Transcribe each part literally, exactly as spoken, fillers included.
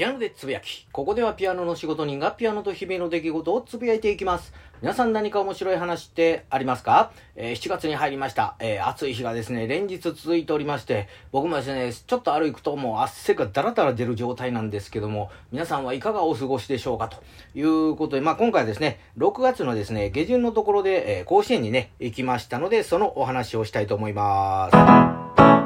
ピアノでつぶやき。ここではピアノの仕事人がピアノと日々の出来事をつぶやいていきます。皆さん何か面白い話ってありますか？えー、しちがつに入りました。えー、暑い日がですね、連日続いておりまして、僕もですね、ちょっと歩くともう汗がダラダラ出る状態なんですけども、皆さんはいかがお過ごしでしょうかということで、まあ今回はですね、ろくがつのですね、下旬のところで、えー、甲子園にね、行きましたので、そのお話をしたいと思います。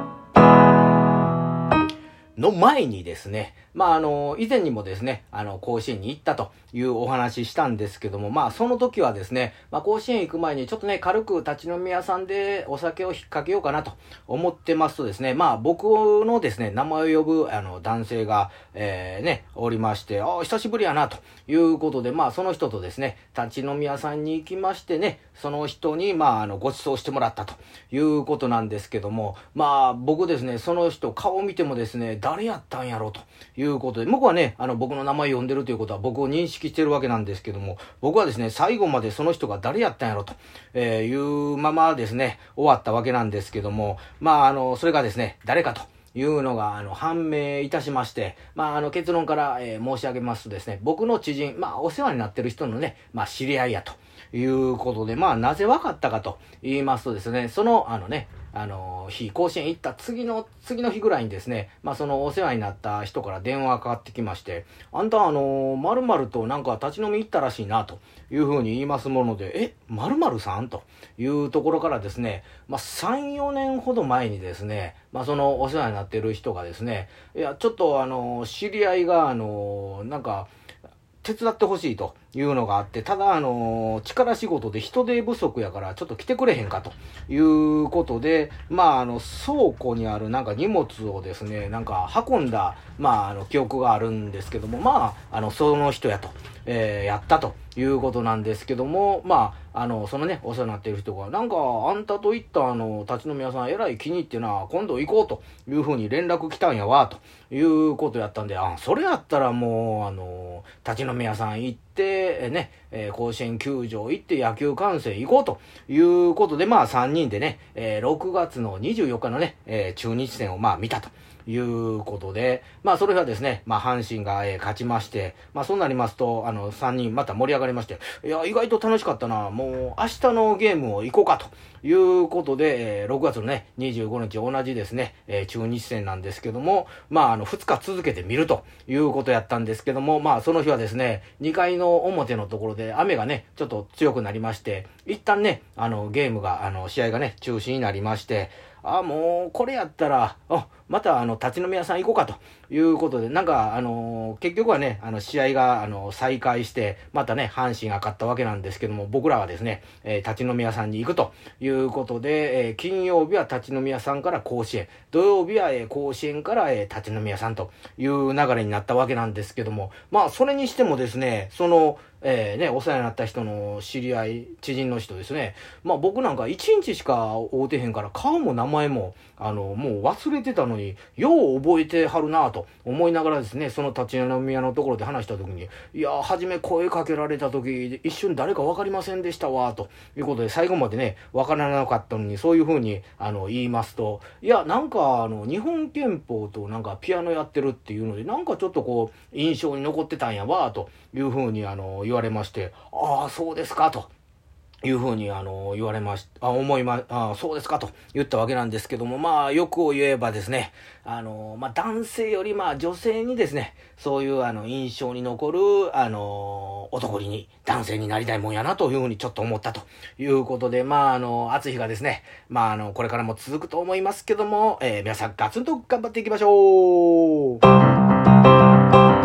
の前にですね、まああの、以前にもですね、あの、甲子園に行ったというお話したんですけども、まあその時はですね、まあ甲子園行く前にちょっとね、軽く立ち飲み屋さんでお酒を引っ掛けようかなと思ってますとですね、まあ僕のですね、名前を呼ぶあの男性が、えー、ね、おりまして、ああ、久しぶりやなということで、まあその人とですね、立ち飲み屋さんに行きましてね、その人に、まああの、ご馳走してもらったということなんですけども、まあ僕ですね、その人、顔を見てもですね、誰やったんやろうということで、僕はね、あの僕の名前呼んでるということは僕を認識してるわけなんですけども、僕はですね、最後までその人が誰やったんやろうと、えー、いうままですね、終わったわけなんですけども、まああの、それがですね、誰かというのが、あの、判明いたしまして、まあ、あの、結論から、えー、申し上げますとですね、僕の知人、まあ、お世話になってる人のね、まあ、知り合いやということで、まあ、なぜ分かったかと言いますとですね、その、あのね、あの、日、甲子園行った次の、次の日ぐらいにですね、まあ、そのお世話になった人から電話がかかってきまして、あんた、あの、〇〇となんか立ち飲み行ったらしいな、というふうに言いますもので、え、〇〇さんというところからですね、まあ、さん、よねんほど前にですね、まあ、そのお世話になってる人がですね、いや、ちょっとあの、知り合いが、あの、なんか、手伝ってほしいというのがあって、ただあの力仕事で人手不足やからちょっと来てくれへんかということで、まああの倉庫にあるなんか荷物をですね、なんか運んだまああの記憶があるんですけども、まああのその人やと、えー、やったということなんですけども、まああのそのねお世話になっている人がなんかあんたと行ったあの立ち飲み屋さんえらい気に入ってな、今度行こうというふうに連絡来たんやわということやったんで、あ、それやったらもうあの立ち飲み屋さん行ってえね、えー、甲子園球場行って野球観戦行こうということで、まあさんにんでね、えー、ろくがつのにじゅうよっかのね、えー、中日戦をまあ見たということで、まあそれはですね、まあ阪神が、えー、勝ちまして、まあそうなりますと、あのさんにんまた盛り上がりまして、いや意外と楽しかったな、もう明日のゲームを行こうかということで、えー、ろくがつのねにじゅうごにち同じですね、えー、中日戦なんですけども、まああのふつか続けて見るということやったんですけども、まあその日はですね、にかいの表のところで雨がねちょっと強くなりまして、一旦ねあのゲームがあの試合がね中止になりまして、あ、もうこれやったらあまたあの立ち飲み屋さん行こうかということで、なんかあの結局はねあの試合があの再開して、またね阪神が勝ったわけなんですけども、僕らはですね、えー、立ち飲み屋さんに行くということで、えー、金曜日は立ち飲み屋さんから甲子園、土曜日は、えー、甲子園から、えー、立ち飲み屋さんという流れになったわけなんですけども、まあそれにしてもですね、そのえーね、お世話になった人の知り合い、知人の人ですね。まあ僕なんかいちにちしか会うてへんから顔も名前も、あの、もう忘れてたのに、よう覚えてはるなぁと思いながらですね、その立ち飲み屋のところで話した時に、いやー、初め声かけられた時、一瞬誰か分かりませんでしたわ、ということで、最後までね、分からなかったのに、そういう風に、あの、言いますと、いや、なんか、あの、日本憲法となんかピアノやってるっていうので、なんかちょっとこう、印象に残ってたんやわ、という風に、あの、言われまして、ああ、そうですか、と。いうふうにあの言われましあ思いまあそうですかと言ったわけなんですけども、まあ欲を言えばですね、あのまあ男性よりまあ女性にですね、そういうあの印象に残るあの男に男性になりたいもんやなというふうにちょっと思ったということで、まああの暑い日がですね、まああのこれからも続くと思いますけども、えー、皆さんガツンと頑張っていきましょう。